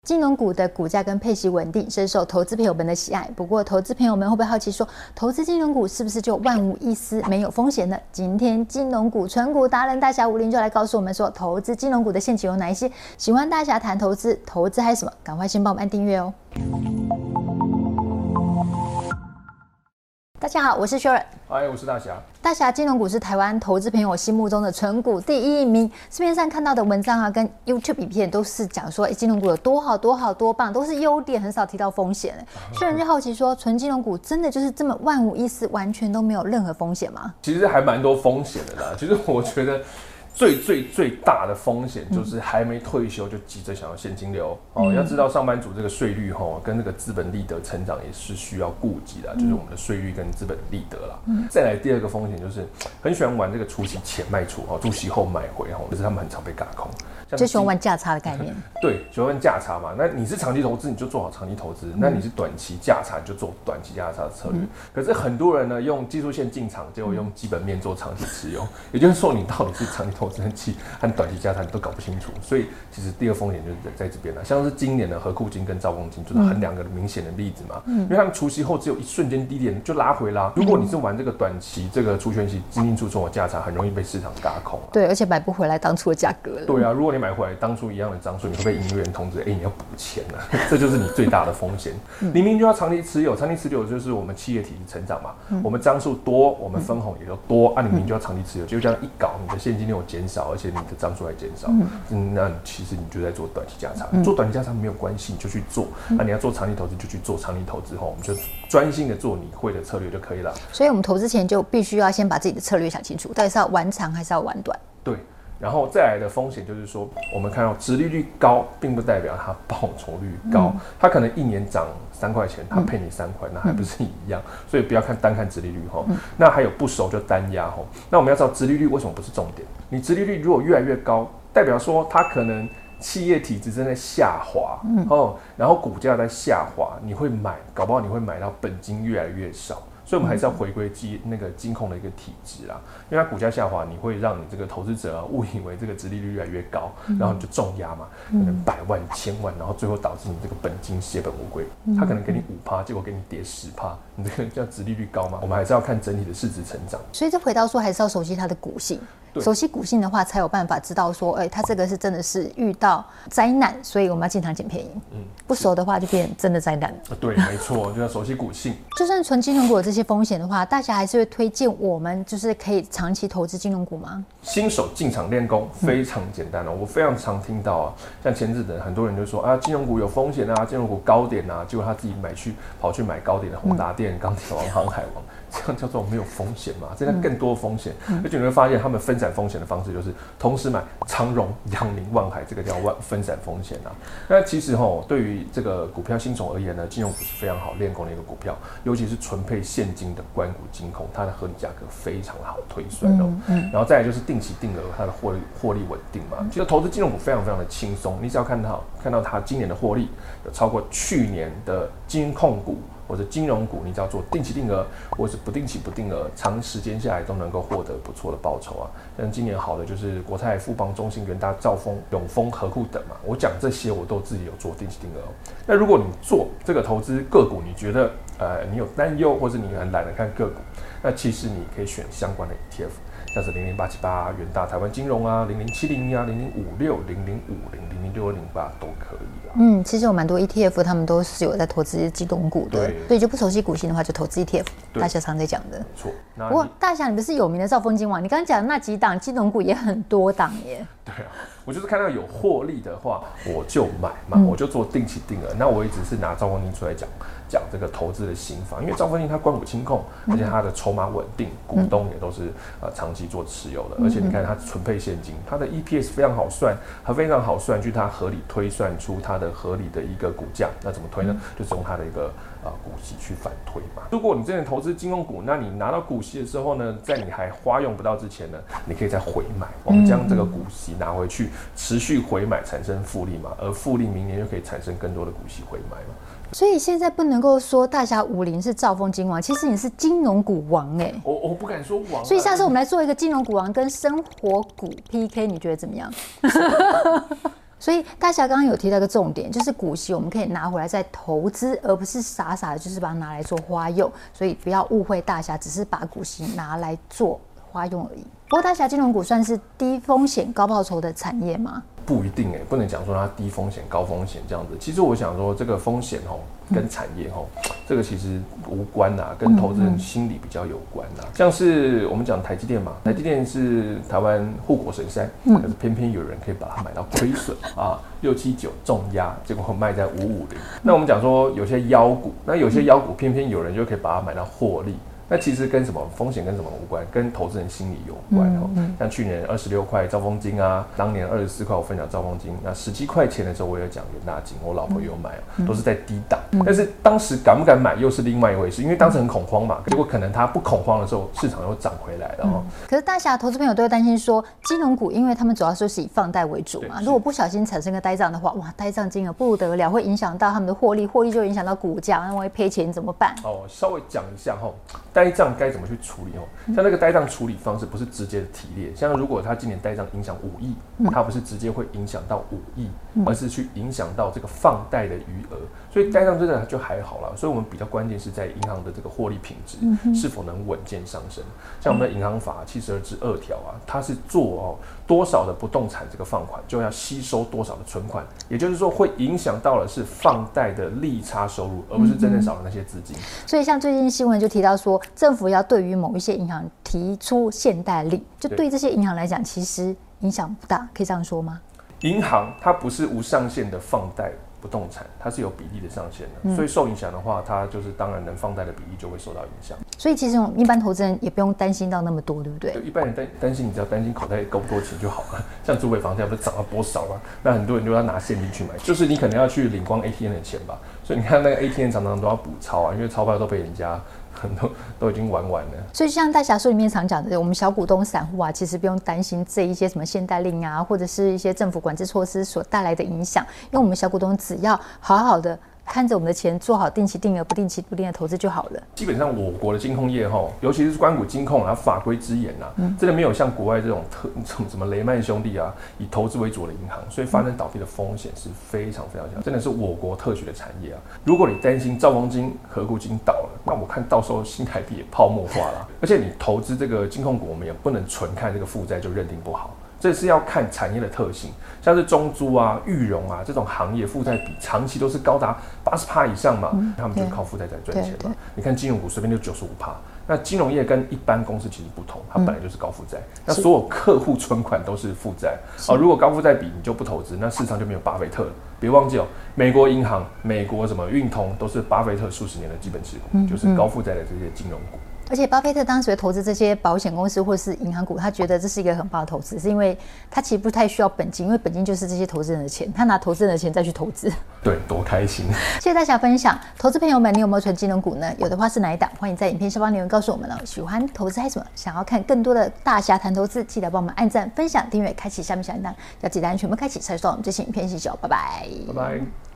金融股的股价跟配息稳定，深受投资朋友们的喜爱。不过，投资朋友们会不会好奇说，投资金融股是不是就万无一失，没有风险呢？今天金融股存股达人大侠武林就来告诉我们说，投资金融股的陷阱有哪一些？喜欢大侠谈投资，投资还有什么？赶快先帮我们按订阅哦！大家好，我是 Sharon。 嗨，我是大侠。 大侠金融股是台湾投资朋友心目中的存股第一名。市面上看到的文章啊，跟 YouTube 影片都是讲说，金融股有多好、多好、多棒，都是优点，很少提到风险。Sharon就好奇说，存金融股真的就是这么万无一失，完全都没有任何风险吗？ 其实还蛮多风险的啦。其实我觉得最大的风险就是还没退休就急着想要现金流哦。要知道上班族这个税率跟那个资本利得成长也是需要顾及的，就是我们的税率跟资本利得啦。再来第二个风险就是很喜欢玩这个除息前卖出除息后买回就是他们很常被軋空。 就喜欢玩价差的概念。 对，喜欢玩价差嘛。那你是长期投资，你就做好长期投资；那你是短期价差，你就做短期价差的策略。可是很多人呢，用技术线进场，结果用基本面做长期持有，也就是说，你到底是长期投资和短期价差，你都搞不清楚。所以，其实第二风险就是在这边了。像是今年的合库金跟兆丰金，就是很两个明显的例子嘛。因为他们除息后只有一瞬间低点就拉回啦。如果你是玩这个短期这个除权息进出冲的价差，很容易被市场軋空。 对，而且买不回来当初的价格了。 对啊，如果你买回来当初一样的张数，你会被营业员通知，你要补钱了，这就是你最大的风险。你明明就要长期持有，长期持有就是我们企业体系成长嘛，我们张数多，我们分红也就多你明明就要长期持有，就这样一搞，你的现金流减少，而且你的张数还减少，那其实你就在做短期价差，做短期价差没有关系，你就去做。你要做长期投资就去做长期投资我们就专心的做你会的策略就可以了。 所以我们投资前就必须要先把自己的策略想清楚，到底是要玩长还是要玩短。 对。然后再来的风险就是说，我们看到殖利率高，并不代表它报酬率高，它可能一年涨3块钱，它配你3块，那还不是一样？所以不要单看殖利率那还有不熟就单压那我们要知道殖利率为什么不是重点？你殖利率如果越来越高，代表说它可能企业体质正在下滑，然后股价在下滑，你会买，搞不好你会买到本金越来越少。所以我们还是要回归那个金控的一个体质啦，因为它股价下滑，你会让你这个投资者误以为这个殖利率越来越高，然后你就重压嘛，可能100万、1000万，然后最后导致你这个本金血本无归。他可能给你5%，结果给你跌10%，你这个叫殖利率高吗？我们还是要看整体的市值成长。 所以这回到说，还是要熟悉它的股性。熟悉股性的话，才有办法知道说，它这个是真的是遇到灾难，所以我们要进场捡便宜。不熟的话，就变真的灾难了。 对，没错，就要熟悉股性。 就算纯金融股有这些风险的话，大家还是会推荐我们就是可以长期投资金融股吗？ 新手进场练功非常简单我非常常听到像前阵子很多人就说金融股有风险金融股高点结果他自己跑去买高点的宏达电、钢铁王、航海王。这样叫做没有风险嘛？这样更多风险，而且你会发现他们分散风险的方式就是同时买长荣、阳明、万海，这个叫分散风险那其实对于这个股票新手而言呢，金融股是非常好练功的一个股票，尤其是纯配现金的官股金控，它的合理价格非常好推算然后再来就是定期定额，它的获利稳定嘛。其实投资金融股非常非常的轻松，你只要看到它今年的获利有超过去年的金控股或者金融股，你只要做定期定额或是不定期不定额，长时间下来都能够获得不错的报酬像今年好的就是国泰、富邦、中信、元大、兆丰、永丰、和库等嘛。我讲这些我都自己有做定期定额那如果你做这个投资个股，你觉得你有担忧，或是你很懒得看个股，那其实你可以选相关的 ETF， 像是00878、元大台湾金融0070、0056、0050、00628都可以其实有蛮多 ETF 他们都是有在投资金融股的，所以就不熟悉股性的话就投资 ETF， 大侠常在讲的。 没错。 不过大侠你不是有名的兆丰金王，你刚刚讲的那几档金融股也很多档耶。 对我就是看到有获利的话我就买嘛，我就做定期定额。那我一直是拿兆丰金出来讲这个投资的心法，因为兆丰金它官股清控，而且它的筹码稳定，股东也都是长期做持有的，而且你看它纯配现金，它的 EPS 非常好算，非常好算，据它合理推算出它的合理的一个股价。那怎么推呢？就是用它的一个股息去反推嘛。如果你真的投资金融股，那你拿到股息的时候呢，在你还花用不到之前呢，你可以再回买，我们将这个股息拿回去持续回买，产生复利嘛，而复利明年又可以产生更多的股息回买嘛。 所以现在不能够说大侠武林是兆丰金王，其实你是金融股王我不敢说王。 所以下次我们来做一个金融股王跟生活股 PK， 你觉得怎么样？ 所以大侠刚刚有提到一个重点，就是股息我们可以拿回来再投资，而不是傻傻的就是把它拿来做花用。所以不要误会大侠只是把股息拿来做花用而已。不过大侠金融股算是低风险高报酬的产业吗？ 不一定不能讲说它低风险高风险这样子。其实我想说，这个风险跟产业这个其实无关呐，跟投资人心理比较有关呐。像是我们讲台积电嘛，台积电是台湾护国神山，可是偏偏有人可以把它买到亏损啊，679重压，结果卖在550。那我们讲说有些妖股，那有些妖股偏偏有人就可以把它买到获利。那其实跟什么风险跟什么无关，跟投资人心理有关像去年26块兆丰金啊，当年24块我分享兆丰金，那17块钱的时候我有讲元大金，我老婆有买都是在低档。但是当时敢不敢买又是另外一回事，因为当时很恐慌嘛，结果可能它不恐慌的时候，市场又涨回来了可是大侠投资朋友都会担心说，金融股因为他们主要是以放贷为主嘛，如果不小心产生个呆账的话，哇，呆账金额不得了，会影响到他们的获利，获利就影响到股价，那万一赔钱怎么办？ 稍微讲一下呆账该怎么去处理像那个呆账处理方式不是直接的提列，像如果他今年呆账影响5亿，他不是直接会影响到5亿，而是去影响到这个放贷的余额，所以呆账真的就还好啦。所以我们比较关键是在银行的这个获利品质是否能稳健上升。像我们的银行法72之2条它是做多少的不动产这个放款就要吸收多少的存款，也就是说会影响到的是放贷的利差收入，而不是真正少了那些资金。 所以像最近新闻就提到说，政府要对于某一些银行提出限贷令，就对这些银行来讲其实影响不大，可以这样说吗？ 银行它不是无上限的放贷不动产，它是有比例的上限的，所以受影响的话，它就是当然能放贷的比例就会受到影响。 所以其实一般投资人也不用担心到那么多，对不对？ 对，一般人担心，你只要担心口袋够不够钱就好了。像竹北房价不是涨了多少吗？那很多人就要拿现金去买，就是你可能要去领光 ATM 的钱吧。所以你看那个 ATM 常常都要补钞啊，因为钞票都被人家很多都已经玩完了。 所以像大侠书里面常讲的，我们小股东散户其实不用担心这一些什么限贷令啊，或者是一些政府管制措施所带来的影响，因为我们小股东只要好好的看着我们的钱，做好定期定额、不定期不定的投资就好了。基本上我国的金控业尤其是官股金控法规之严真的没有像国外这种什么雷曼兄弟以投资为主的银行，所以发生倒闭的风险是非常非常小，真的是我国特许的产业如果你担心兆丰金、合股金倒了，那我看到时候新台币也泡沫化了。而且你投资这个金控股，我们也不能纯看这个负债就认定不好。这是要看产业的特性，像是中租玉融这种行业负债比长期都是高达80%以上嘛，他们就是靠负债在赚钱嘛。你看金融股随便就95%，那金融业跟一般公司其实不同，它本来就是高负债，那所有客户存款都是负债如果高负债比你就不投资，那市场就没有巴菲特了。别忘记美国银行、美国什么运通都是巴菲特数十年的基本持股，就是高负债的这些金融股。 而且巴菲特当时投资这些保险公司或是银行股，他觉得这是一个很棒的投资，是因为他其实不太需要本金，因为本金就是这些投资人的钱，他拿投资人的钱再去投资。 对，多开心！ 谢谢大家分享，投资朋友们，你有没有存金融股呢？有的话是哪一档？欢迎在影片下方留言告诉我们喜欢投资还是什么？想要看更多的大侠谈投资，记得帮我们按赞、分享、订阅、开启下面小铃铛，要记得按全部开启，才收到我们最新影片信息。拜拜， 拜拜。